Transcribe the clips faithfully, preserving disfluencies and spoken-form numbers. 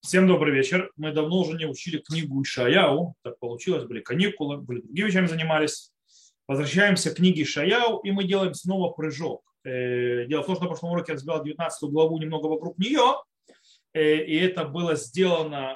Всем добрый вечер. Мы давно уже не учили книгу Ишаяу. Так получилось, были каникулы, были другими вещами занимались. Возвращаемся к книге Ишаяу, и мы делаем снова прыжок. Э, Дело в том, что на прошлом уроке я разбирал девятнадцатую главу немного вокруг нее. э, И это было сделано,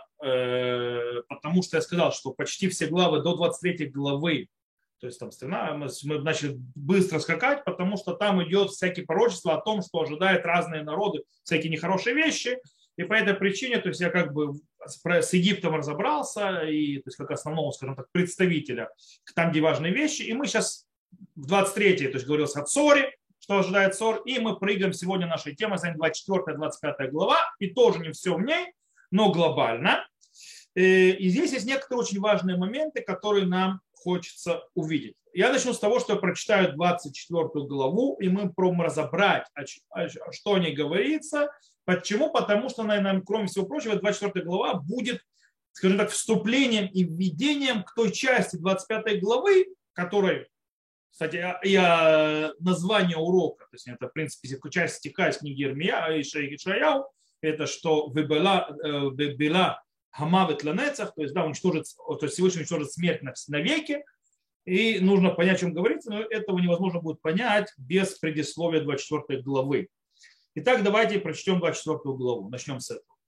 э, потому что я сказал, что почти все главы до двадцать третьей главы, то есть там страна, мы мы начали быстро скакать, потому что там идет всякие пророчества о том, что ожидают разные народы, всякие нехорошие вещи. И по этой причине, то есть я как бы с с Египтом разобрался, и, то есть как основного, скажем так, представителя, там, где важные вещи. И мы сейчас в двадцать третьей, то есть говорилось о Цоре, что ожидает Цор, и мы прыгаем сегодня нашей темой, двадцать четвёртая двадцать пятая глава, и тоже не все в ней, но глобально. Э, И здесь есть некоторые очень важные моменты, которые нам хочется увидеть. Я начну с того, что я прочитаю двадцать четвёртую главу, и мы пробуем разобрать, о ч- о ч- что о ней говорится. Почему? Потому что, наверное, кроме всего прочего, двадцать четвёртая глава будет, скажем так, вступлением и введением к той части двадцать пятой главы, которой, кстати, я- я- название урока, то есть это, в принципе, часть стиха из книги Ирмия, Ишаяу, это что «Вебела э, вебела хамавет ланецах», то есть, да, уничтожит, то есть Всевышний уничтожит смерть навеки, и нужно понять, о чем говорится, но этого невозможно будет понять без предисловия двадцать четвёртой главы. Итак, давайте прочтем двадцать четвёртую главу. Начнем с этого.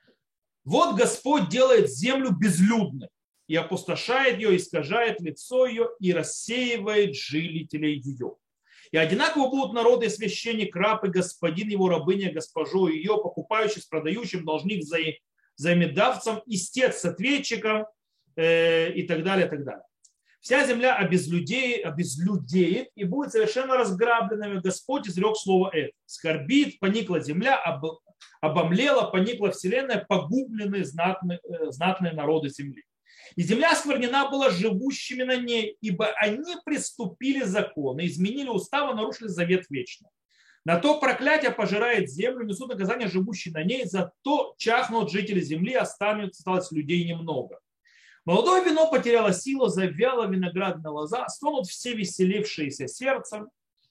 «Вот Господь делает землю безлюдной и опустошает ее, искажает лицо ее и рассеивает жителей ее. И одинаково будут народы и священник, раб и господин его, рабыня, госпожу ее, покупающий с продающим, должник за взаимодавцем, истец с ответчиком э, и так далее, и так далее. Вся земля обезлюдеет, обезлюдеет и будет совершенно разграбленными. Господь изрек слово это. Скорбит, поникла земля, об, обомлела, поникла вселенная, погублены знатные, знатные народы земли. И земля сквернена была живущими на ней, ибо они приступили законы, изменили уставы, нарушили завет вечный. На то проклятие пожирает землю, несут наказание живущие на ней, зато чахнут жители земли, останется осталось людей немного. Молодое вино потеряло силу, завяла виноградная лоза, стонут все веселившиеся сердцем.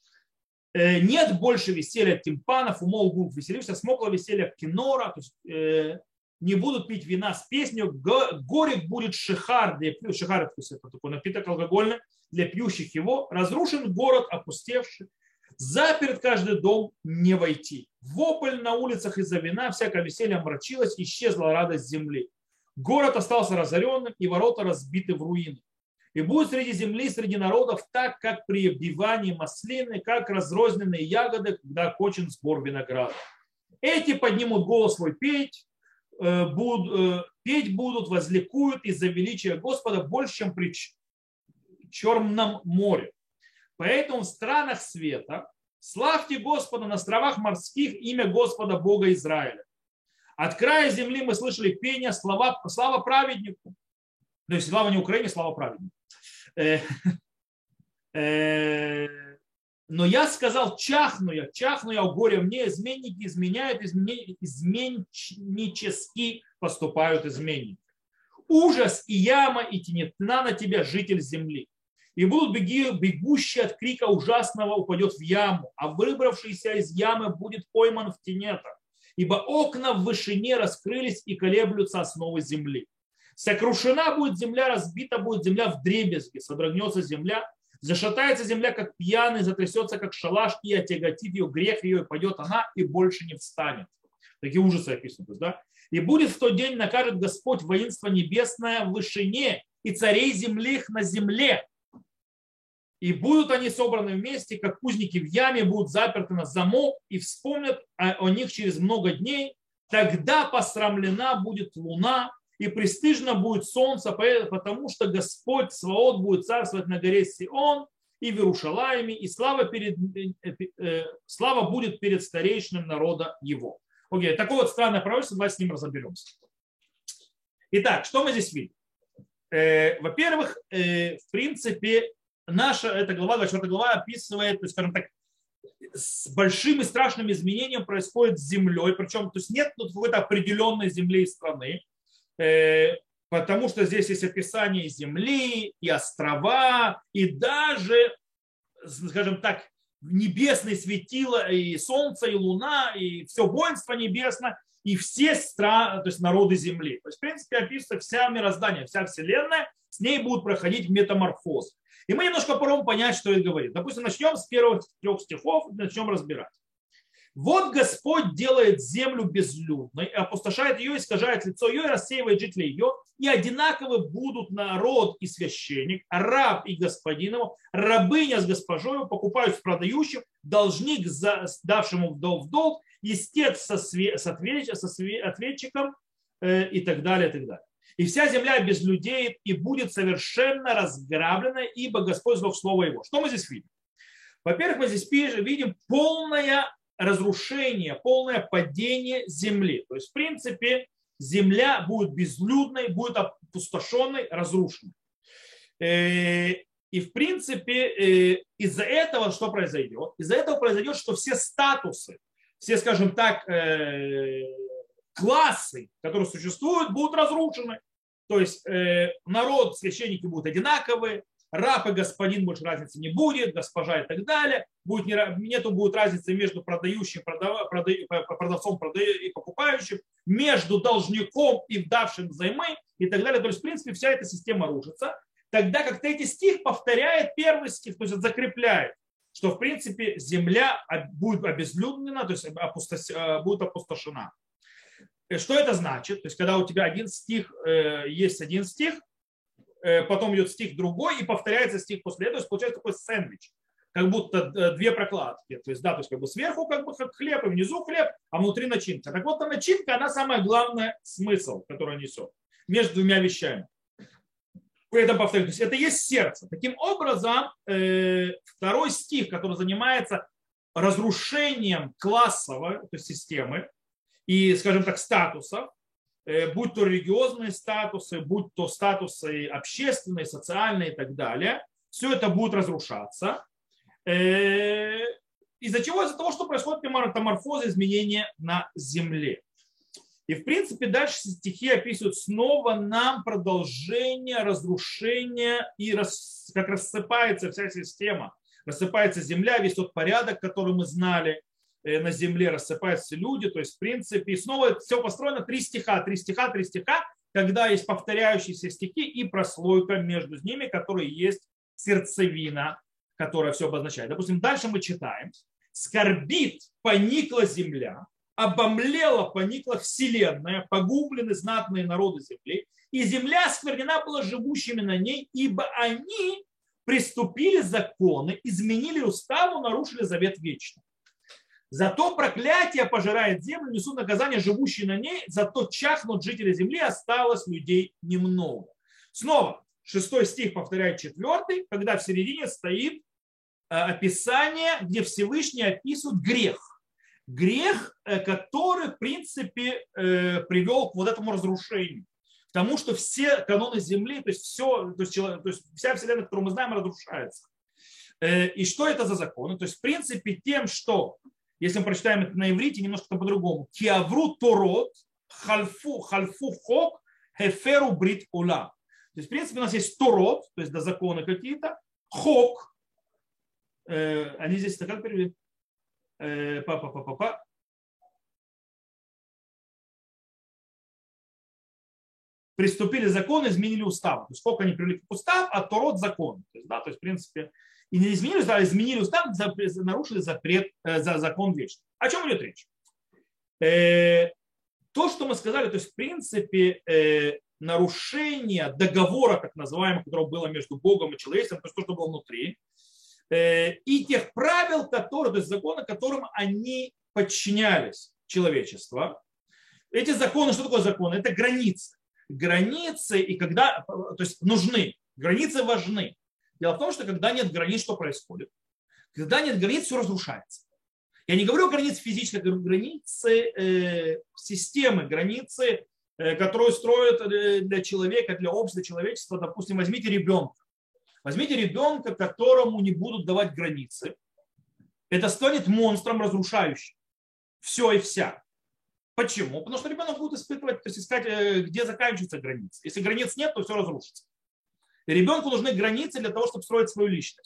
Нет больше веселья тимпанов, умолк будут веселившись, смокло веселье кинора, то есть э, не будут пить вина с песней, горек будет шихар, для, шихар это такой напиток алкогольный, для пьющих его, разрушен город, опустевший, заперт каждый дом, не войти. Вопль на улицах из-за вина, всякое веселье омрачилось, исчезла радость земли. Город остался разоренным, и ворота разбиты в руины. И будет среди земли, среди народов так, как при обивании маслины, как разрозненные ягоды, когда кочен сбор винограда. Эти поднимут голос свой петь, будут, петь будут, возликуют из-за величия Господа больше, чем при Черном море. Поэтому в странах света славьте Господа на островах морских имя Господа Бога Израиля. От края земли мы слышали пение, слава, слава праведнику. То есть слава не Украине, слава праведнику. Но я сказал, чахну я, чахну я, горе мне, изменники изменяют, изменнически поступают изменники. Ужас и яма, и тенетна на тебя, житель земли. И будут беги, бегущие от крика ужасного упадет в яму, а выбравшийся из ямы будет пойман в тенетах. Ибо окна в вышине раскрылись и колеблются основы земли. Сокрушена будет земля, разбита будет земля вдребезги, содрогнется земля, зашатается земля, как пьяный, затрясется, как шалаш, и отяготит ее, грех ее, и пойдет она, и больше не встанет. Такие ужасы описаны. Да? И будет в тот день накажет Господь воинство небесное в вышине, и царей земли их на земле. И будут они собраны вместе, как узники в яме, будут заперты на замок и вспомнят о них через много дней. Тогда посрамлена будет луна и престижно будет солнце, потому что Господь Саваот будет царствовать на горе Сион и в Иерушалайме, и слава, перед, слава будет перед старейшином народа его. Окей, такое вот странное пророчество, давайте с ним разберемся. Итак, что мы здесь видим? Во-первых, в принципе, наша эта глава, двадцать четвёртая глава, описывает, то есть, скажем так, с большим и страшным изменением происходит с землей, причем то есть нет тут какой-то определенной земли и страны, потому что здесь есть описание земли, и острова, и даже, скажем так, небесные светила, и солнце, и луна, и все воинство небесное, и все страны, то есть народы земли. То есть, в принципе, описывается вся мироздание, вся вселенная, с ней будут проходить метаморфозы. И мы немножко попробуем понять, что это говорит. Допустим, начнем с первых трех стихов, начнем разбирать. Вот Господь делает землю безлюдной, опустошает ее, искажает лицо ее и рассеивает жителей ее, и одинаковы будут народ и священник, раб и господин его, рабыня с госпожою, покупающий с продающим, должник, давшему в долг в долг, истец со, све, с, ответч, со све, ответчиком э, и так далее, и так далее. И вся земля безлюдеет и будет совершенно разграблена, ибо Господь сдох слово его. Что мы здесь видим? Во-первых, мы здесь видим полное разрушение, полное падение земли. То есть, в принципе, земля будет безлюдной, будет опустошенной, разрушенной. И, в принципе, из-за этого что произойдет? Из-за этого произойдет, что все статусы, все, скажем так, классы, которые существуют, будут разрушены. То есть народ, священники будут одинаковые, раб и господин, больше разницы не будет, госпожа и так далее. Будет не, нету будет разницы между продающим, продав, продавцом и покупающим, между должником и вдавшим взаймы и так далее. То есть, в принципе, вся эта система рушится. Тогда как третий стих повторяет первый стих, то есть закрепляет, что, в принципе, земля будет обезлюднена, то есть будет опустошена. Что это значит? То есть, когда у тебя один стих, есть один стих, потом идет стих другой и повторяется стих после этого, то есть получается такой сэндвич, как будто две прокладки, то есть, да, то есть как бы сверху как бы как хлеб, и внизу хлеб, а внутри начинка. Так вот, эта начинка, она самая главная смысл, который несет между двумя вещами. При этом повторю, то есть это есть сердце. Таким образом, второй стих, который занимается разрушением классовой, то есть системы и, скажем так, статусов, будь то религиозные статусы, будь то статусы общественные, социальные и так далее, все это будет разрушаться. Из-за чего? Из-за того, что происходит метаморфоза, изменения на земле. И, в принципе, дальше стихи описывают снова нам продолжение разрушения и рас... как рассыпается вся система. Рассыпается земля, весь тот порядок, который мы знали. На земле рассыпаются люди, то есть в принципе и снова все построено три стиха, три стиха, три стиха, когда есть повторяющиеся стихи и прослойка между ними, которые есть сердцевина, которая все обозначает. Допустим, дальше мы читаем: скорбит, поникла земля, обомлела, поникла вселенная, погублены знатные народы земли, и земля осквернена была живущими на ней, ибо они приступили законы, изменили уставу, нарушили завет вечный. Зато проклятие пожирает землю, несут наказание живущие на ней, зато чахнут жители земли, осталось людей немного. Снова шестой стих повторяет четвертый, когда в середине стоит описание, где Всевышний описывает грех. Грех, который, в принципе, привел к вот этому разрушению. К тому, что все каноны земли, то есть, все, то есть, то есть вся вселенная, которую мы знаем, разрушается. И что это за законы? То есть, в принципе, тем, что если мы прочитаем это на иврите, немножко по-другому. Киавру торот, хальфу, хальфу хок, хеферу брит ула. То есть, в принципе, у нас есть торот, то есть да, законы какие-то, хок. Э, они здесь как перевели? Э, па-па-па-па-па. Приступили законы, изменили устав. То есть, сколько они привели к устав, а торот закон. То есть, да, то есть, в принципе, и не изменили, а изменили устав, нарушили запрет, за закон вечный. О чем идет речь? То, что мы сказали, то есть в принципе нарушение договора, так называемого, которое было между Богом и человечеством, то есть то, что было внутри, и тех правил, которые, то есть законы, которым они подчинялись человечество. Эти законы, что такое законы? Это границы. Границы, и когда, то есть нужны, границы важны. Дело в том, что когда нет границ, что происходит? Когда нет границ, все разрушается. Я не говорю о границе физической, я говорю границы э, системы, границы, э, которые строят для человека, для общества, человечества. Допустим, возьмите ребенка. Возьмите ребенка, которому не будут давать границы. Это станет монстром разрушающим. Все и вся. Почему? Потому что ребенок будет испытывать, то есть искать, где заканчиваются границы. Если границ нет, то все разрушится. И ребенку нужны границы для того, чтобы строить свою личность.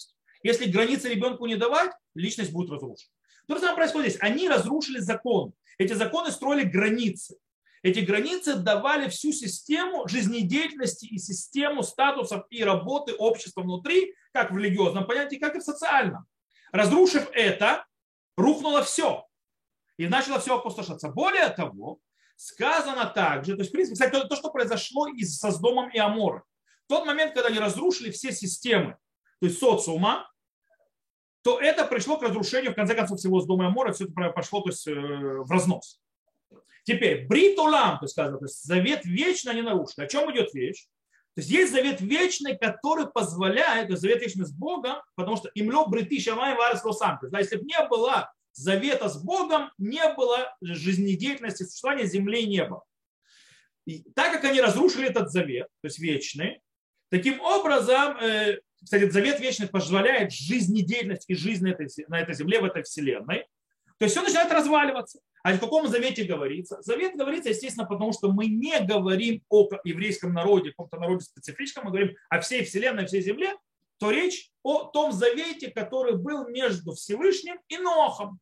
Если границы ребенку не давать, личность будет разрушена. То же самое происходит здесь. Они разрушили закон. Эти законы строили границы. Эти границы давали всю систему жизнедеятельности и систему статусов и работы общества внутри, как в религиозном понятии, как и в социальном. Разрушив это, рухнуло все. И начало все опустошаться. Более того, сказано также, то есть, в принципе, кстати, то, то что произошло и со Содомом и Амором. В тот момент, когда они разрушили все системы, то есть социума, то это пришло к разрушению, в конце концов, всего Содома и Амора, все это пошло то есть, в разнос. Теперь, брит олам, то есть сказано, то есть завет вечный они нарушили. О чем идет речь? То есть есть завет вечный, который позволяет, то есть завет вечный с Богом, потому что имло бриты шамай варес лосам. То есть, да, если бы не было завета с Богом, не было жизнедеятельности, существования земли и неба. И так как они разрушили этот завет, то есть вечный, таким образом, э, кстати, завет вечный позволяет жизнедеятельность и жизнь на этой, на этой земле, в этой вселенной. То есть все начинает разваливаться. А о каком завете говорится? Завет говорится, естественно, потому что мы не говорим о еврейском народе, каком-то народе специфическом, мы говорим о всей вселенной, о всей земле, то речь о том завете, который был между Всевышним и Нохом.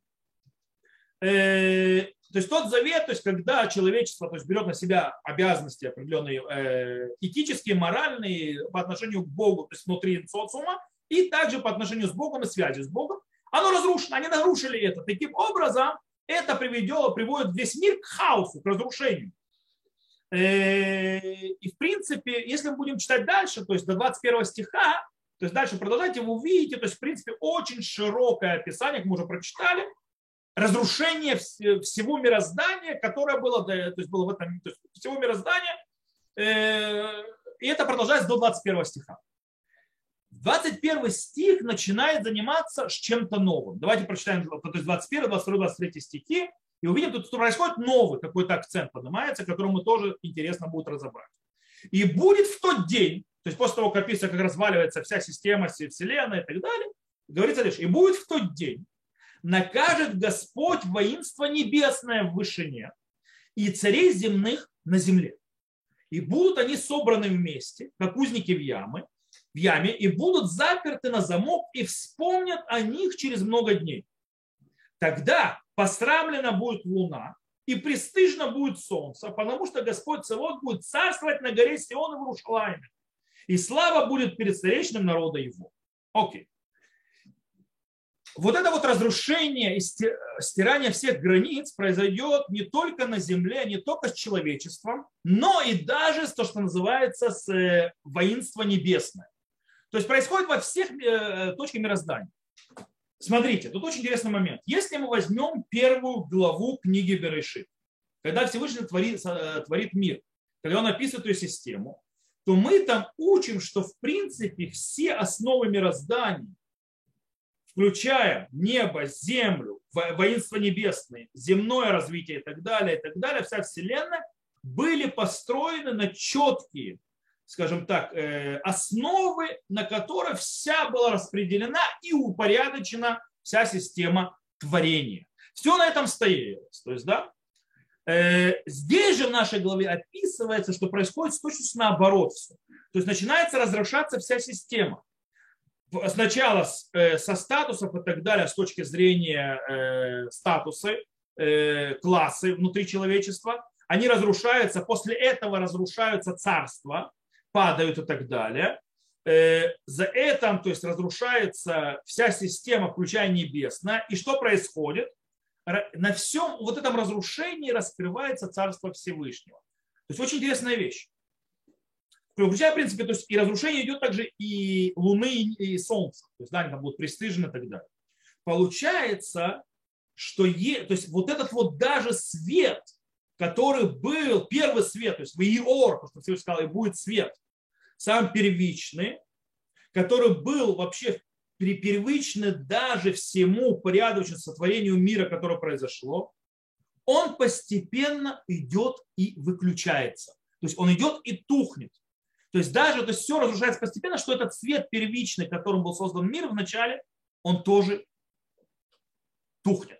То есть тот завет, то есть когда человечество то есть, берет на себя обязанности определенные э, этические, моральные по отношению к Богу, то есть внутри социума, и также по отношению с Богом и связи с Богом, оно разрушено, они нарушили это. Таким образом, это приведет, приводит весь мир к хаосу, к разрушению. Э, и в принципе, если мы будем читать дальше, то есть до двадцать первого стиха, то есть дальше продолжайте, вы увидите, то есть в принципе очень широкое описание, как мы уже прочитали, разрушение всего мироздания, которое было, то есть было в этом, то есть всего мироздания, и это продолжается до двадцать первого стиха. двадцать первый стих начинает заниматься с чем-то новым. Давайте прочитаем то есть двадцать первый, двадцать второй, двадцать третий стихи и увидим, тут происходит новый какой-то акцент поднимается, который мы тоже интересно будет разобрать. И будет в тот день, то есть после того, как описывается, как разваливается вся система Вселенной и так далее, говорится лишь, и будет в тот день, накажет Господь воинство небесное в вышине и царей земных на земле. И будут они собраны вместе, как узники в, ямы, в яме, и будут заперты на замок, и вспомнят о них через много дней. Тогда посрамлена будет луна, и престижно будет солнце, потому что Господь Цавот будет царствовать на горе Сион и в Иерушалайме. И слава будет перед старейшином народа его. Окей. Вот это вот разрушение и стирание всех границ произойдет не только на земле, не только с человечеством, но и даже с то, что называется с воинство небесное. То есть происходит во всех точках мироздания. Смотрите, тут очень интересный момент. Если мы возьмем первую главу книги Берешит, когда Всевышний творит, творит мир, когда он описывает ее систему, то мы там учим, что в принципе все основы мироздания, включая небо, землю, воинство небесное, земное развитие и так далее, и так далее, вся Вселенная, были построены на четкие, скажем так, основы, на которые вся была распределена и упорядочена вся система творения. Все на этом стоялось. То есть, да, здесь же в нашей главе описывается, что происходит с точностью наоборот все. То есть начинается разрушаться вся система. Сначала со статусов и так далее, с точки зрения э, статуса, э, классы внутри человечества, они разрушаются, после этого разрушаются царства, падают и так далее. Э, за это, то есть разрушается вся система, включая небесная. И что происходит? На всем вот этом разрушении раскрывается царство Всевышнего. То есть очень интересная вещь. Включая, в принципе, то есть и разрушение идет также и Луны, и Солнца. То есть, да, они там будут пристыжены и так далее. Получается, что е, то есть вот этот вот даже свет, который был, первый свет, то есть в Иор, потому что Всевышний сказал, и будет свет, сам первичный, который был вообще первичный даже всему порядочному сотворению мира, которое произошло, он постепенно идет и выключается. То есть он идет и тухнет. То есть даже то есть все разрушается постепенно, что этот свет первичный, которым был создан мир в начале, он тоже тухнет.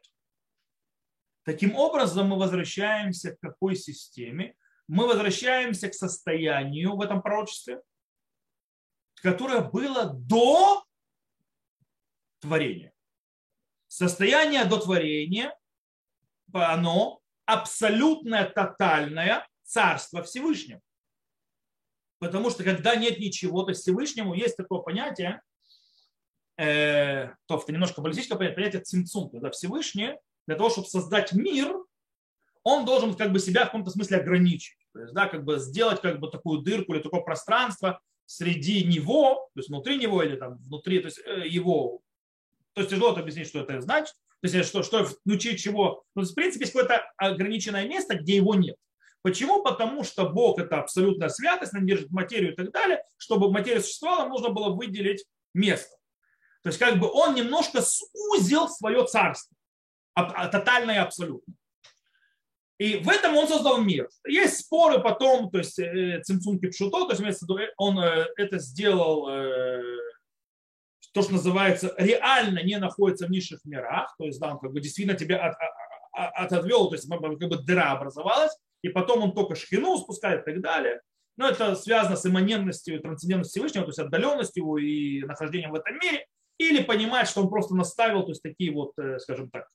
Таким образом мы возвращаемся к какой системе? Мы возвращаемся к состоянию в этом пророчестве, которое было до творения. Состояние до творения, оно абсолютное, тотальное царство Всевышнего. Потому что когда нет ничего, то Всевышнему есть такое понятие, э, то это немножко политическое понятие, понятие цимцум, когда Всевышний для того, чтобы создать мир, он должен как бы себя в каком-то смысле ограничить. То есть, да, как бы сделать как бы такую дырку или такое пространство среди него, то есть внутри него или там внутри, то есть его. То есть тяжело объяснить, что это значит. То есть что, что включить чего. Ну, в принципе, есть какое-то ограниченное место, где его нет. Почему? Потому что Бог – это абсолютная святость, он держит материю и так далее. Чтобы материя существовала, нужно было выделить место. То есть как бы он немножко сузил свое царство. Тотально и абсолютно. И в этом он создал мир. Есть споры потом, то есть цимцум кипшуто, то есть он это сделал, то, что называется, реально не находится в низших мирах, то есть да, он как бы действительно тебя от, от, отодвел, то есть как бы дыра образовалась, и потом он только шхину спускает и так далее. Но это связано с имманентностью и трансцендентностью Всевышнего, то есть отдаленностью и нахождением в этом мире, или понимать, что он просто наставил, то есть такие вот, скажем так,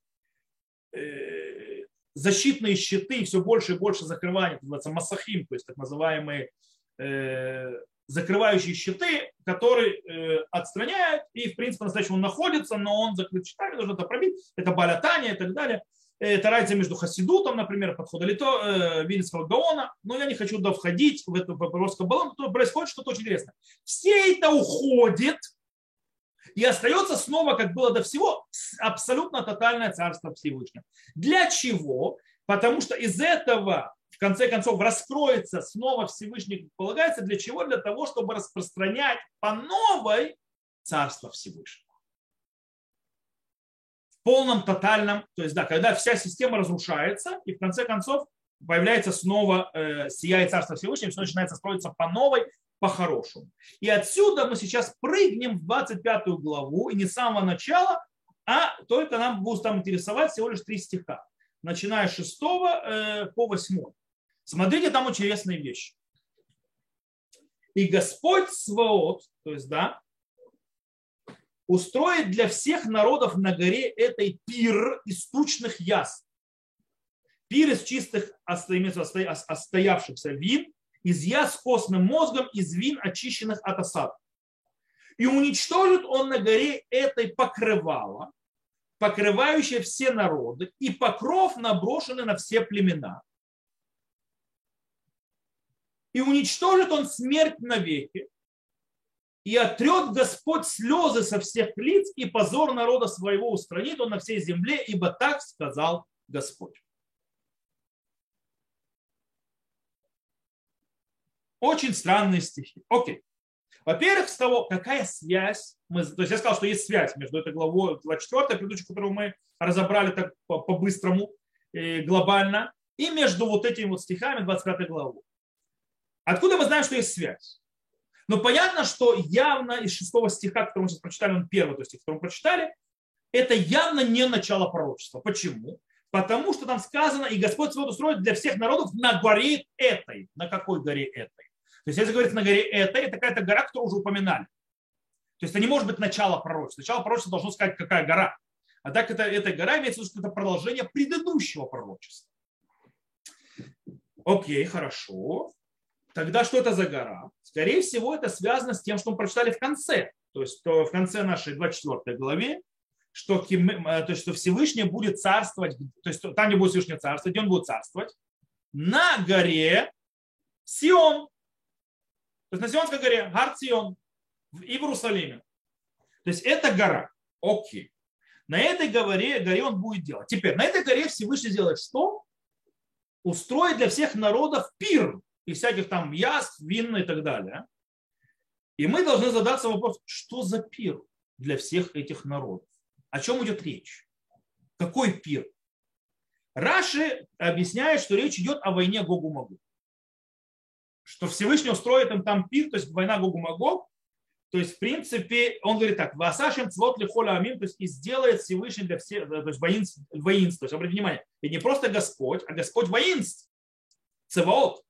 защитные щиты, и все больше и больше закрывания, это называется масахим, то есть так называемые э, закрывающие щиты, которые э, отстраняют, и в принципе по-настоящему он находится, но он закрыт щитами, нужно это пробить, это балятания и так далее. Это разница между хасидутом, например, подхода лито, э, Вильнского Гаона, но я не хочу туда входить в эту Папировскую баллон, то происходит что-то очень интересное. Все это уходит, и остается снова, как было до всего, абсолютно тотальное царство Всевышнего. Для чего? Потому что из этого, в конце концов, раскроется снова Всевышний, полагается, для чего? Для того, чтобы распространять по новой царство Всевышнего. В полном, тотальном, то есть, да, когда вся система разрушается, и в конце концов появляется снова э, сияет царство Всевышнего, все начинается строиться по новой, по-хорошему. И отсюда мы сейчас прыгнем в двадцать пятую главу, и не с самого начала, а только нам будут там интересовать всего лишь три стиха, начиная с шестого э, по восьмой. Смотрите, там очень интересные вещи. И Господь Сваот, то есть, да, устроит для всех народов на горе этой пир из тучных яств. Пир из чистых остоявшихся вин, из яд с костным мозгом, из вин, очищенных от осадков. И уничтожит он на горе этой покрывало, покрывающее все народы, и покров наброшенный на все племена. И уничтожит он смерть навеки, и отрет Господь слезы со всех лиц, и позор народа своего устранит он на всей земле, ибо так сказал Господь. Очень странные стихи. Окей. Во-первых, с того, какая связь. Мы, то есть я сказал, что есть связь между этой главой двадцать четвёртой, предыдущей, которую мы разобрали так по-быстрому, глобально, и между вот этими вот стихами двадцать пятой главы. Откуда мы знаем, что есть связь? Ну, понятно, что явно из шестого стиха, который мы сейчас прочитали, он первый, то есть стих, который мы прочитали, это явно не начало пророчества. Почему? Потому что там сказано, и Господь Свод устроит для всех народов на горе этой. На какой горе этой? То есть, если говорится на горе этой, это какая-то гора, которую уже упоминали. То есть, это не может быть начало пророчества. Начало пророчества должно сказать, какая гора. А так это, эта гора имеется в виду, что это продолжение предыдущего пророчества. Окей, хорошо. Тогда что это за гора? Скорее всего, это связано с тем, что мы прочитали в конце. То есть, в конце нашей двадцать четвёртой главе, что, то есть, что Всевышний будет царствовать, то есть там, где будет Всевышний царствовать, где он будет царствовать, на горе Сион. То есть на Сионской горе, Гар Сион, в Иерусалиме. То есть это гора. Окей. На этой горе, горе он будет делать. Теперь, на этой горе Всевышний делает что? Устроит для всех народов пир. И всяких там яств, вин и так далее. И мы должны задаться вопрос, что за пир для всех этих народов? О чем идет речь? Какой пир? Раши объясняет, что речь идет о войне Гогу-Магог. Что Всевышний устроит им там пир, то есть война Гогу-Магог. То есть, в принципе, он говорит так, «Васашем цвот лихоля амин», то есть и сделает Всевышний для всех, то есть воинств, воинств. То есть, обратите внимание, это не просто Господь, а Господь воинств. Цеваот.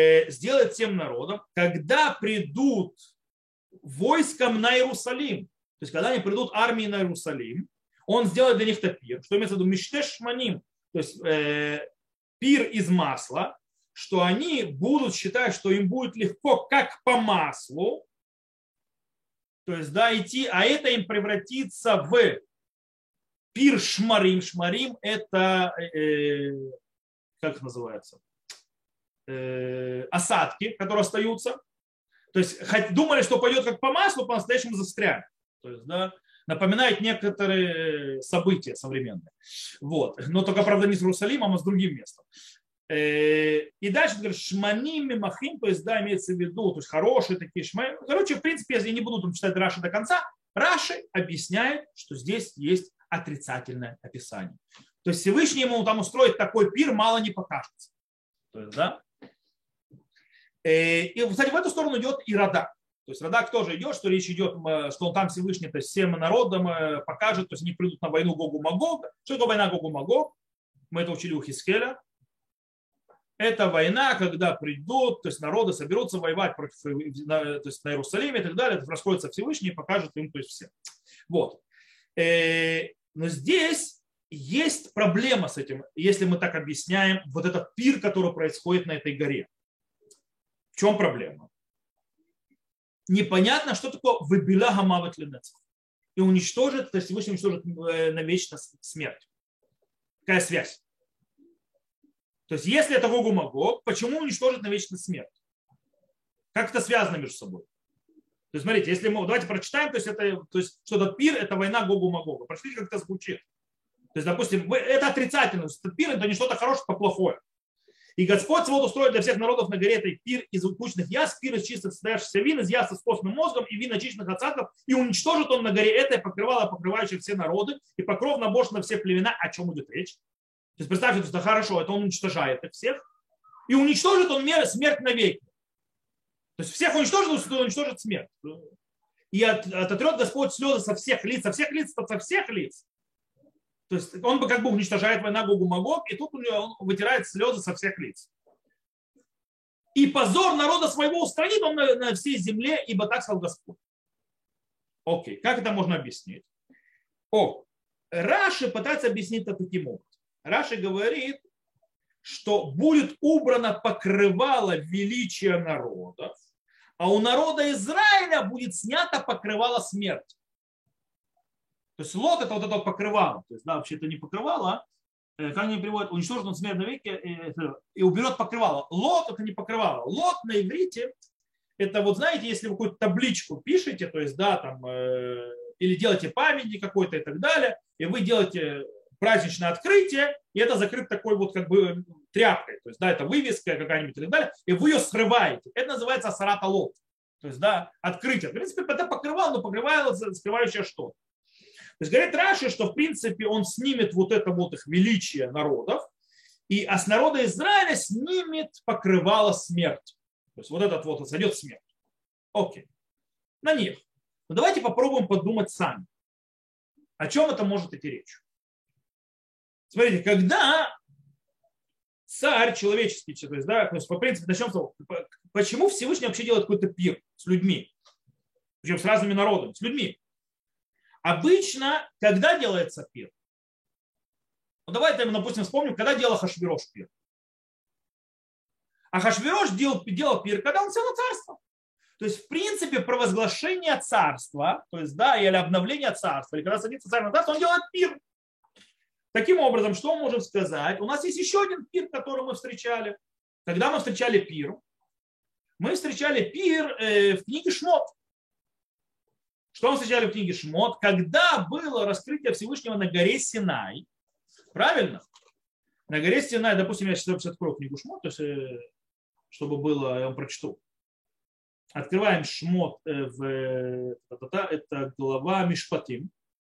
Сделает всем народам, когда придут войском на Иерусалим. То есть, когда они придут армии на Иерусалим, он сделает для них пир, что имеется в виду миштеш шманим, то есть э, пир из масла, что они будут считать, что им будет легко, как по маслу, то есть, да, идти, а это им превратится в пир шмарим. Шмарим это, э, как это называется, э, осадки, которые остаются. То есть, хоть думали, что пойдет как по маслу, по-настоящему застряли. То есть, да, напоминает некоторые события современные. Вот. Но только, правда, не с Иерусалимом, а с другим местом. И дальше говорит, шманим махим, то есть, да, имеется в виду, то есть, хорошие такие шманим. Короче, в принципе, если я не буду там читать Раши до конца, Раши объясняет, что здесь есть отрицательное описание. То есть, Всевышний ему там устроить такой пир мало не покажется. То есть, да. И, кстати, в эту сторону идет и Радак. То есть Радак тоже идет, что речь идет, что он там Всевышний, то есть всем народам покажет, то есть они придут на войну Гогу-Магог. Что такое война Гогу-Магог? Мы это учили у Хискеля. Это война, когда придут, то есть народы соберутся воевать против, то есть на Иерусалиме и так далее. Это расходится Всевышний и покажет им, то есть всем. Вот. Но здесь есть проблема с этим, если мы так объясняем вот этот пир, который происходит на этой горе. В чем проблема? Непонятно, что такое выбила гамават ленецах. И уничтожит, то есть Всевышний уничтожит навечно смерть. Какая связь? То есть, если это Гогу Магог, почему уничтожит навечно смерть? Как это связано между собой? То есть, смотрите, если мы, давайте прочитаем, то есть, это, то есть что этот пир – это война Гогу Магога. Прошлите, как это звучит. То есть, допустим, это отрицательно. Этот пир – это не что-то хорошее, а плохое. И Господь вот устроит для всех народов на горе этой пир из укучных яств, пир из чистых состоявшихся вин, из яств с костным мозгом и вин очищенных от садков, и уничтожит он на горе это покрывало, покрывающее все народы, и покров набожен на все племена. О чем идет речь? То есть представьте, что хорошо, это он уничтожает их всех, и уничтожит он смерть навеки. То есть всех уничтожит, он уничтожит смерть. И от, ототрет Господь слезы со всех лиц, со всех лиц, со всех лиц. То есть он бы как бы уничтожает война Гогу Магог, и тут у него он вытирает слезы со всех лиц. И позор народа своего устранит он на, на всей земле, ибо так сказал Господь. Окей, как это можно объяснить? О, Раши пытается объяснить это таким образом. Раши говорит, что будет убрано покрывало величия народов, а у народа Израиля будет снято покрывало смерти. То есть лот это вот это покрывало. То есть, да, вообще это не покрывало, а, как они приводят, уничтожит он смерть навеки и уберет покрывало. Лот это не покрывало. Лот на иврите это вот, знаете, если вы какую-то табличку пишете, то есть, да, там, э, или делаете памятник какой-то и так далее, и вы делаете праздничное открытие, и это закрыто такой вот как бы тряпкой. То есть, да, это вывеска какая-нибудь и так далее, и вы ее срываете. Это называется асарата лот. То есть, да, открытие. В принципе, это покрывало, но покрывало скрывающее что-то. То есть говорит Раши, что в принципе он снимет вот это вот их величие народов, и а с народа Израиля снимет покрывало смерть. То есть вот этот вот сойдет смерть. Окей. На них. Но давайте попробуем подумать сами. О чем это может идти речь? Смотрите, когда царь человеческий, то есть, да, то есть по принципу, начнем с того, почему Всевышний вообще делает какой-то пир с людьми, причем с разными народами, с людьми. Обычно, когда делается пир? Ну, давайте, допустим, вспомним, когда делал Ахашвирош пир. Ахашвирош делал, делал пир, когда он сел на царство. То есть, в принципе, провозглашение царства, то есть, да, или обновление царства, или когда садится царь на царство, он делает пир. Таким образом, что мы можем сказать? У нас есть еще один пир, который мы встречали. Когда мы встречали пир, мы встречали пир в книге Шмот. Что мы встречали в книге Шмот? Когда было раскрытие Всевышнего на горе Синай, правильно? На горе Синай, допустим, я сейчас открою книгу Шмот, то есть, чтобы было, я вам прочту. Открываем Шмот, в, это глава Мишпатим,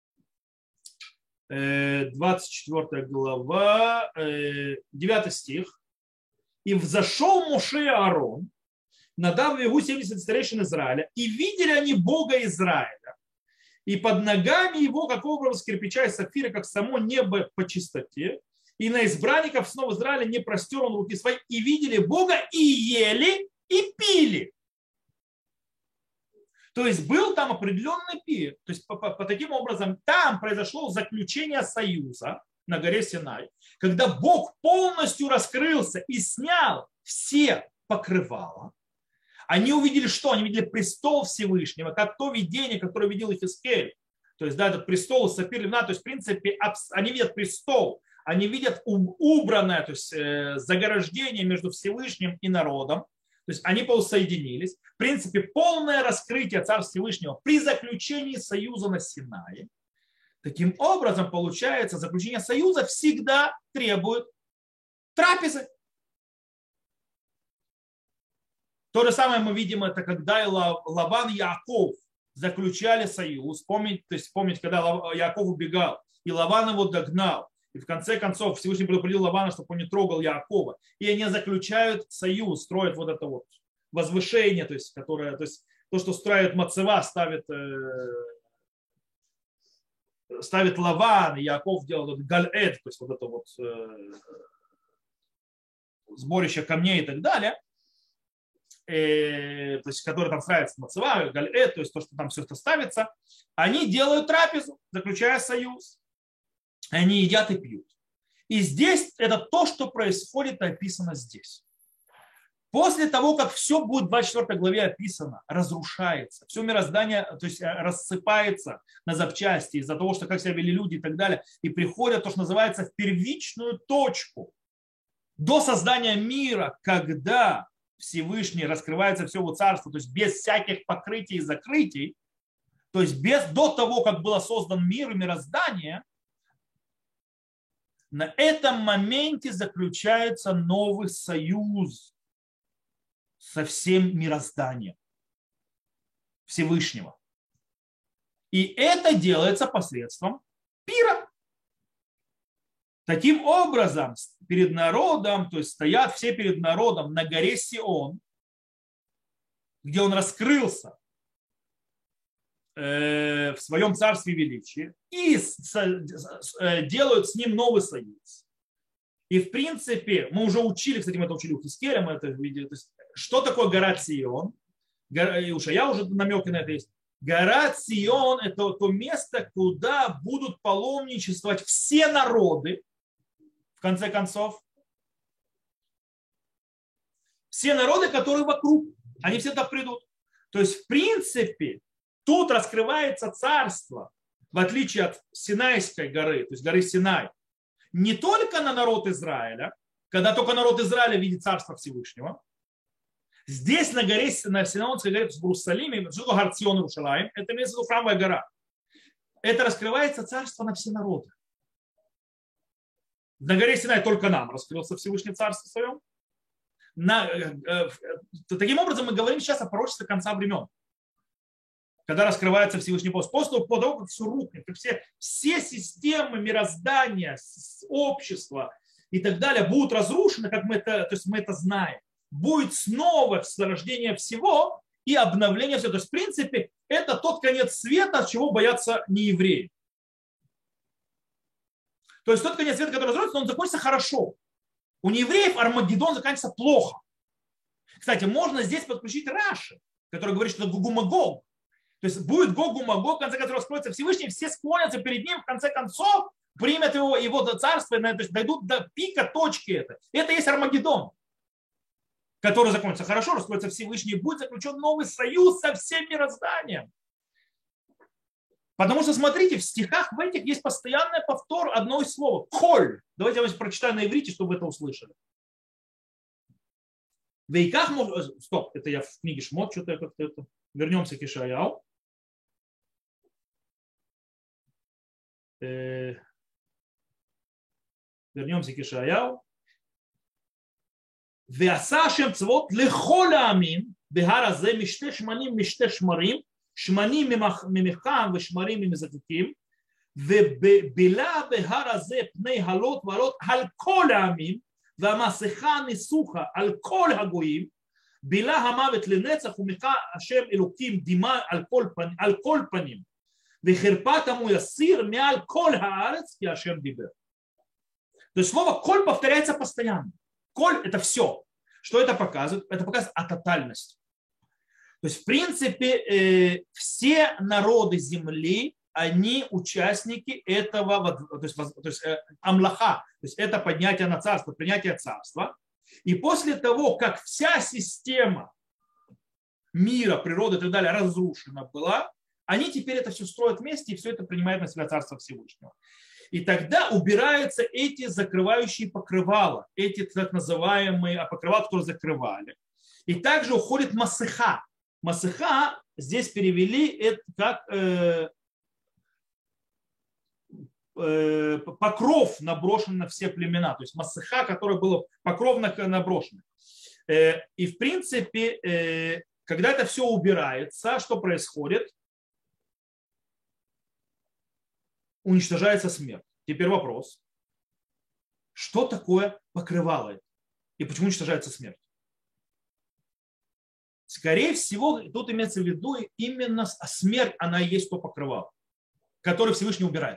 двадцать четвёртая глава, девятый стих. «И взошел Моше и Аарон, Надав и Авиу, семьдесят старейшин Израиля, и видели они Бога Израиля, и под ногами его, как образ кирпича и сапфира, как само небо по чистоте, и на избранников снова Израиля не простер он руки свои, и видели Бога, и ели, и пили». То есть был там определенный пир. То есть по, по, по таким образом там произошло заключение союза на горе Синай, когда Бог полностью раскрылся и снял все покрывала. Они увидели что? Они видели престол Всевышнего, как то видение, которое видел Ихискель. То есть, да, этот престол Сапир Ливна, то есть, в принципе, они видят престол, они видят убранное, то есть, заграждение между Всевышним и народом. То есть, они соединились. В принципе, полное раскрытие Царства Всевышнего при заключении союза на Синае. Таким образом, получается, заключение союза всегда требует трапезы. То же самое мы видим, это когда Лаван и Яаков заключали союз. Помните, то есть помните, когда Яаков убегал, и Лаван его догнал. И в конце концов Всевышний предупредил Лавана, чтобы он не трогал Яакова. И они заключают союз, строят вот это вот возвышение, то есть, которое, то есть то, что строит Мацева, ставит, ставит Лаван, и Яаков делал Галь-Эд, то есть вот это вот сборище камней и так далее. Э, то есть, которые там ставятся Мацева, Галь-Э, то есть то, что там все это ставится, они делают трапезу, заключая союз. Они едят и пьют. И здесь это то, что происходит, описано здесь. После того, как все будет в двадцать четвёртой главе описано, разрушается, все мироздание, то есть рассыпается на запчасти из-за того, что как себя вели люди и так далее, и приходят то, что называется, в первичную точку до создания мира, когда Всевышний раскрывается все его царство, то есть без всяких покрытий и закрытий, то есть без, до того, как был создан мир и мироздание, на этом моменте заключается новый союз со всем мирозданием Всевышнего. И это делается посредством пира. Таким образом, перед народом, то есть стоят все перед народом на горе Сион, где он раскрылся в своем царстве величии, и делают с ним новый союз. И в принципе, мы уже учили, кстати, мы это учили у Хискеля, мы это видели, то есть, что такое гора Сион? И уж я уже намеки на это есть. Гора Сион – это то место, куда будут паломничествовать все народы, в конце концов. Все народы, которые вокруг, они все туда придут. То есть, в принципе, тут раскрывается царство, в отличие от Синайской горы, то есть горы Синай, не только на народ Израиля, когда только народ Израиля видит царство Всевышнего. Здесь на горе, на Синайской горе, в Иерусалиме, что такое Гар Цион Иерушалаим, это имеется в виду храмовая гора. Это раскрывается царство на все народы. На горе Синай только нам раскрылся Всевышний царство своем. На, э, э, таким образом, мы говорим сейчас о пророчестве конца времен, когда раскрывается Всевышний пост. После того, как все рухнет, как все, все системы мироздания, общества и так далее будут разрушены, как мы это, то есть мы это знаем. Будет снова зарождение всего и обновление всего. То есть, в принципе, это тот конец света, чего боятся неевреи. То есть тот конец света, который разрушится, он закончится хорошо. У неевреев Армагеддон заканчивается плохо. Кстати, можно здесь подключить Раши, который говорит, что это Гогу-Магог. То есть будет Гогу-Магог, в конце концов раскроется Всевышний, все склонятся перед ним, в конце концов примут его, его царство, то есть дойдут до пика точки. Это, это есть Армагеддон, который закончится хорошо, раскроется Всевышний, будет заключен новый союз со всем мирозданием. Потому что, смотрите, в стихах в этих есть постоянный повтор одного слова. Коль. Давайте я вам прочитаю на иврите, чтобы вы это услышали. Вейках, стоп, это я в книге Шмот, что-то я как-то это. Вернемся к Ишаяу. Вернемся к Ишаяу. ועשה השם צבאות לכל העמים בהר הזה משתי שמנים משתי שמרים שמנים ממחם ושמרים ממזקקים ובילה בהר הזה פני הלות ועלות על כל העמים והמסכה ניסוחה על כל הגויים בילה המוות לנצח ומחה השם אלוקים דימה על כל, פנ... על כל פנים וחרפת עמו יסיר מעל כל הארץ כי השם דיבר. То есть слово «коль» повторяется постоянно. Коль – это все. Что это показывает? Это показывает о тотальности. То есть, в принципе, все народы земли, они участники этого, то есть, то есть амлаха, то есть это поднятие на царство, принятие царства. И после того, как вся система мира, природы и так далее разрушена была, они теперь это все строят вместе и все это принимает на себя Царство Всевышнего. И тогда убираются эти закрывающие покрывала, эти так называемые покрывала, которые закрывали. И также уходит масыха. Масыха здесь перевели это как э, э, покров наброшен на все племена. То есть масыха, которая была покров наброшен. Э, и в принципе, э, когда это все убирается, что происходит? Уничтожается смерть. Теперь вопрос. Что такое покрывало? И почему уничтожается смерть? Скорее всего, тут имеется в виду именно смерть, она и есть то покрывало, которое Всевышний убирает.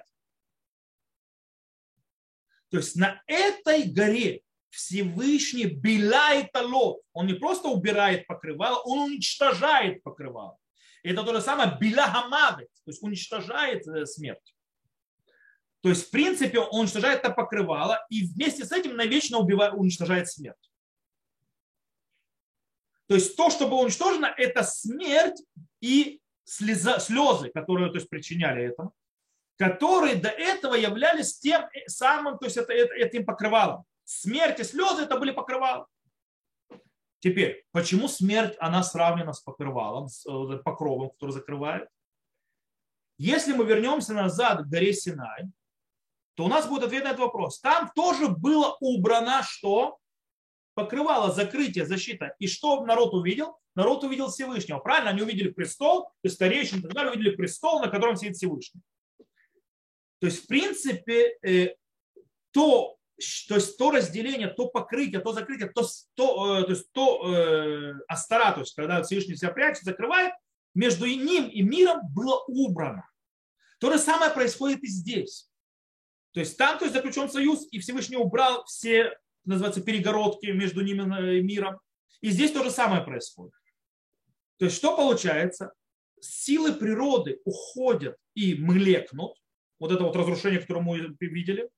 То есть на этой горе Всевышний биляет алот. Он не просто убирает покрывало, он уничтожает покрывало. И это то же самое биля хамавет, то есть уничтожает смерть. То есть, в принципе, он уничтожает это покрывало и вместе с этим навечно убивает, уничтожает смерть. То есть то, что было уничтожено, это смерть и слеза, слезы, которые то есть, причиняли это, которые до этого являлись тем самым, то есть это, это, этим покрывалом. Смерть и слезы это были покрывала. Теперь, почему смерть, она сравнена с покрывалом, с покровом, который закрывает? Если мы вернемся назад к горе Синай, то у нас будет ответ на этот вопрос. Там тоже было убрано что? Покрывало, закрытие, защита. И что народ увидел? Народ увидел Всевышнего. Правильно? Они увидели престол, то есть старейшин и так далее, увидели престол, на котором сидит Всевышний. То есть, в принципе, то, то, есть, то разделение, то покрытие, то закрытие, то, то, то, есть, то э, астара, то есть, когда Всевышний себя прячет, закрывает, между ним и миром было убрано. То же самое происходит и здесь. То есть там то есть, заключен союз, и Всевышний убрал все, называется, перегородки между ними и миром. И здесь то же самое происходит. То есть что получается? Силы природы уходят и млекнут. Вот это вот разрушение, которое мы видели.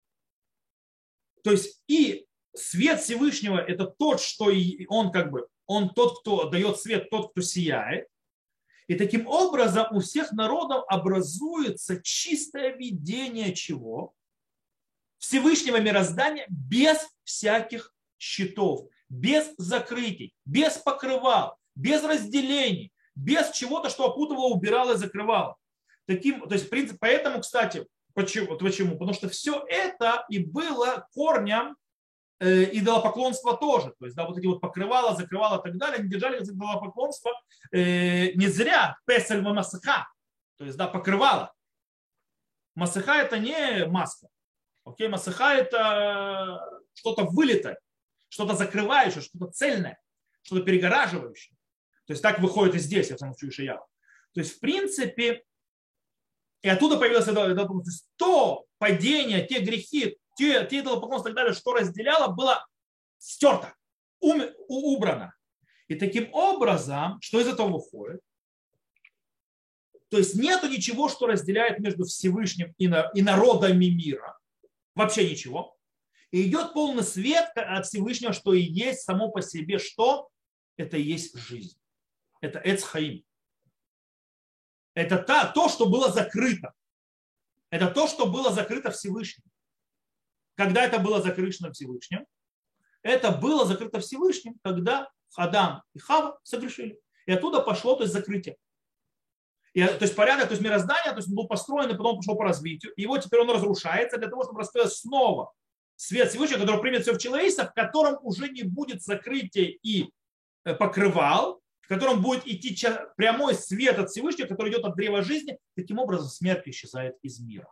То есть и свет Всевышнего это тот, что он как бы, он тот, кто дает свет, тот, кто сияет. И таким образом у всех народов образуется чистое видение чего? Всевышнего мироздания без всяких щитов, без закрытий, без покрывал, без разделений, без чего-то, что опутывало, убирало и закрывало. Таким, то есть, принцип, поэтому, кстати, почему? почему? Потому что все это и было корнем э, идолопоклонства тоже. То есть, да, вот эти вот покрывала, закрывала и так далее, они держали идолопоклонство э, не зря песель масыха, то есть, да, покрывала. Масыха это не маска. Окей, масыха это что-то вылитое, что-то закрывающее, что-то цельное, что-то перегораживающее. То есть так выходит и здесь, я сам учу Ишаяу. То есть, в принципе, и оттуда появилось это, это, то падение, те грехи, те, те идолопоклонства и так далее, что разделяло, было стерто, ум, убрано. И таким образом, что из этого выходит? То есть нету ничего, что разделяет между Всевышним и, на, и народами мира. Вообще ничего. И идет полный свет от Всевышнего, что и есть само по себе, что это и есть жизнь. Это эц хаим. Это та, то, что было закрыто. Это то, что было закрыто Всевышним. Когда это было закрыто Всевышним? Это было закрыто Всевышним, когда Адам и Хава согрешили. И оттуда пошло то есть, закрытие. И, то есть порядок, то есть мироздание, то есть он был построен, и потом пошел по развитию. И вот теперь он разрушается для того, чтобы раскрыть снова свет Всевышнего, который примет все в человечество, в котором уже не будет закрытия и покрывал, в котором будет идти прямой свет от Всевышнего, который идет от древа жизни. Таким образом смерть исчезает из мира.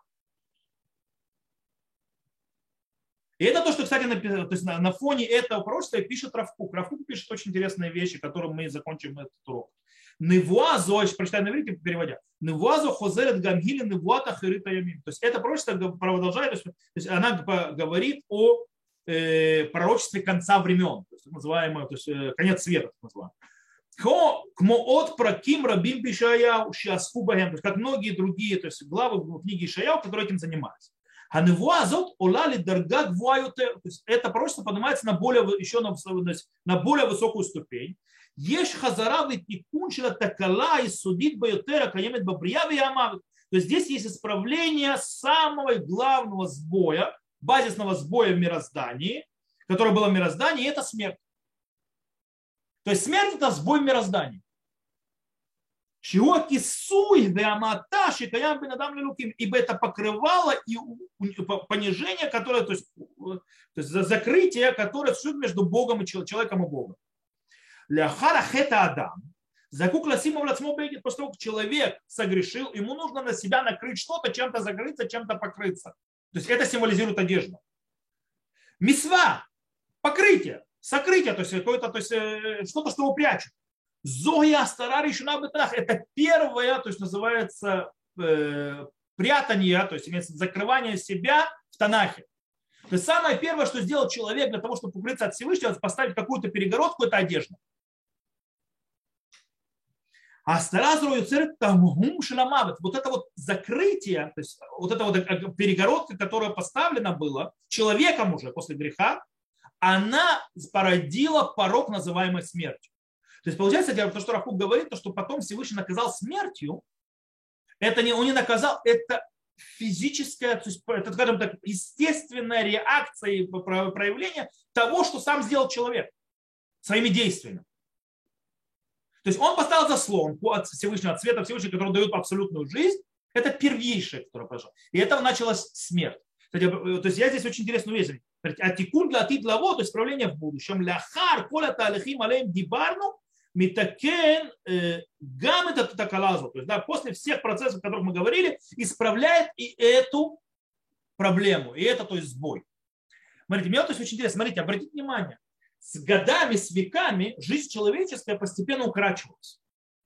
И это то, что, кстати, то есть на фоне этого пророчества пишет Рав Кук. Рав Кук пишет очень интересные вещи, которым мы закончим этот урок. Невуазо, прочитаю на иврите, переводя. Невуазо хозерет гамгили невуата хирита ямим. То есть это пророчество продолжает, то есть, то есть она говорит о э, пророчестве конца времен, то есть, называемое, то есть, конец света, так называемое. Кмоот праким рабим бишаяу шиаску бахем. То есть как многие другие, то есть главы в книге Ишаяу, которые этим занимались. Ханевуа азот олали дарга гвуаютер. То есть это пророчество поднимается на более, еще на, на более высокую ступень. Еш хазара витикун шела такала и судит байотера каемет бабрия виямавит. То есть здесь есть исправление самого главного сбоя, базисного сбоя в мироздании, которое было в мироздании, и это смерть. То есть смерть – это сбой в мироздании. Ибо это покрывало и понижение, которое, то есть, то есть закрытие, которое существует между Богом и человеком и Богом. Ляхара хета Адам. Закук ласима влацмо бегет, после того, как человек согрешил, ему нужно на себя накрыть что-то, чем-то закрыться, чем-то покрыться. То есть это символизирует одежду. Мисва – покрытие, сокрытие, то есть какое-то, то есть что-то, что его прячут. Зоя старари шуна бетрах – это первое, то есть называется э, прятание, то есть закрывание себя в Танахе. То есть самое первое, что сделал человек для того, чтобы укрыться от Всевышнего, поставить какую-то перегородку, это одежда. А старазру юцерет тамгум шеламавет. Вот это вот закрытие, то есть вот эта вот перегородка, которая поставлена была человеком уже после греха, она породила порок, называемый смертью. То есть получается, то, что Рахуб говорит, то, что потом Всевышний наказал смертью, это не, он не наказал, это физическая, то есть, это, скажем так, естественная реакция и проявление того, что сам сделал человек своими действиями. То есть он поставил заслонку от Всевышнего, от света Всевышнего, который дает абсолютную жизнь. Это первейшее, которое произошло. И этого началась смерть. Кстати, то есть я здесь очень интересную вещь. А тикун для атид лаво, то есть исправление в будущем. Ляхар коля таалихим алейм дибарну митакен гам это такалазу. То есть да, после всех процессов, о которых мы говорили, исправляет и эту проблему. И это, то есть, сбой. Смотрите, мне вот то есть очень интересно. Смотрите, обратите внимание. С годами, с веками жизнь человеческая постепенно укорачивалась.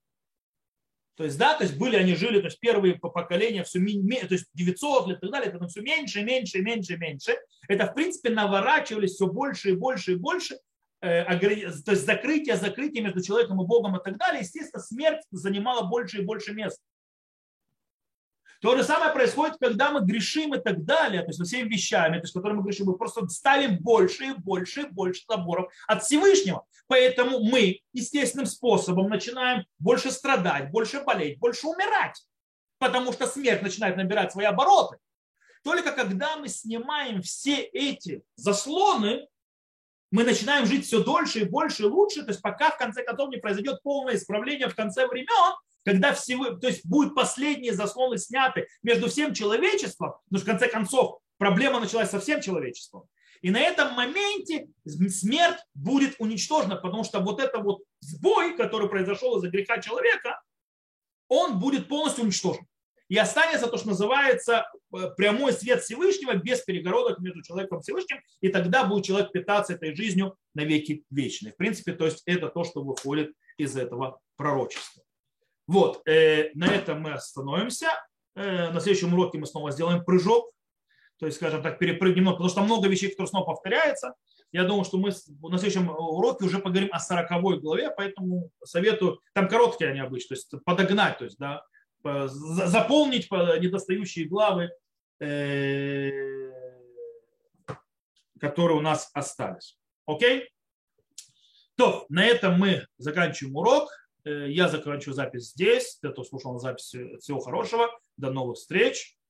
То есть, да, то есть были, они жили, то есть первые поколения, все, то есть девятьсот лет и так далее, это все меньше, меньше, меньше, меньше. Это, в принципе, наворачивались все больше и больше и больше. Э, то есть закрытие, закрытие между человеком и Богом и так далее. Естественно, смерть занимала больше и больше места. То же самое происходит, когда мы грешим и так далее, то есть со всеми вещами, то есть, которые мы грешим, мы просто ставим больше и больше и больше заборов от Всевышнего. Поэтому мы естественным способом начинаем больше страдать, больше болеть, больше умирать, потому что смерть начинает набирать свои обороты. Только когда мы снимаем все эти заслоны, мы начинаем жить все дольше и больше и лучше, то есть пока в конце концов не произойдет полное исправление в конце времен, когда всего, то есть будут последние заслоны сняты между всем человечеством, потому что в конце концов проблема началась со всем человечеством. И на этом моменте смерть будет уничтожена, потому что вот это вот сбой, который произошел из-за греха человека, он будет полностью уничтожен. И останется то, что называется прямой свет Всевышнего без перегородок между человеком и Всевышним, и тогда будет человек питаться этой жизнью на веки вечные. В принципе, то есть это то, что выходит из этого пророчества. Вот, э, на этом мы остановимся. Э, на следующем уроке мы снова сделаем прыжок. То есть, скажем так, перепрыгнем, потому что много вещей, которые снова повторяются. Я думаю, что мы на следующем уроке уже поговорим о сороковой главе, поэтому советую, там короткие они обычно, то есть подогнать, то есть, да, заполнить недостающие главы, э, которые у нас остались. Окей? То, на этом мы заканчиваем урок. Я заканчиваю запись здесь. Для того, кто слушал на записи, всего хорошего. До новых встреч.